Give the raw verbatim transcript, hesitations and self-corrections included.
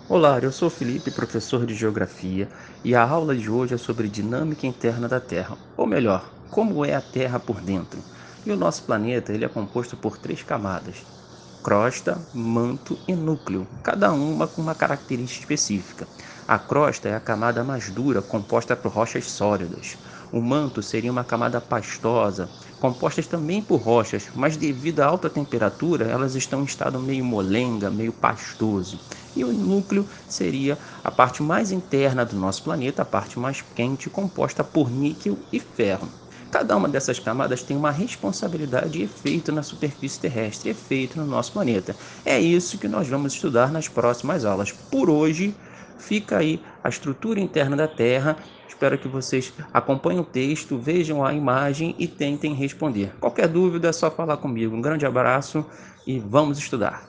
Olá, eu sou o Felipe, professor de Geografia, e a aula de hoje é sobre dinâmica interna da Terra, ou melhor, como é a Terra por dentro. E o nosso planeta ele é composto por três camadas: crosta, manto e núcleo, cada uma com uma característica específica. A crosta é a camada mais dura, composta por rochas sólidas. O manto seria uma camada pastosa, composta também por rochas, mas devido à alta temperatura, elas estão em estado meio molenga, meio pastoso. E o núcleo seria a parte mais interna do nosso planeta, a parte mais quente, composta por níquel e ferro. Cada uma dessas camadas tem uma responsabilidade e efeito na superfície terrestre, efeito no nosso planeta. É isso que nós vamos estudar nas próximas aulas. Por hoje, fica aí a estrutura interna da Terra. Espero que vocês acompanhem o texto, vejam a imagem e tentem responder. Qualquer dúvida é só falar comigo. Um grande abraço e vamos estudar.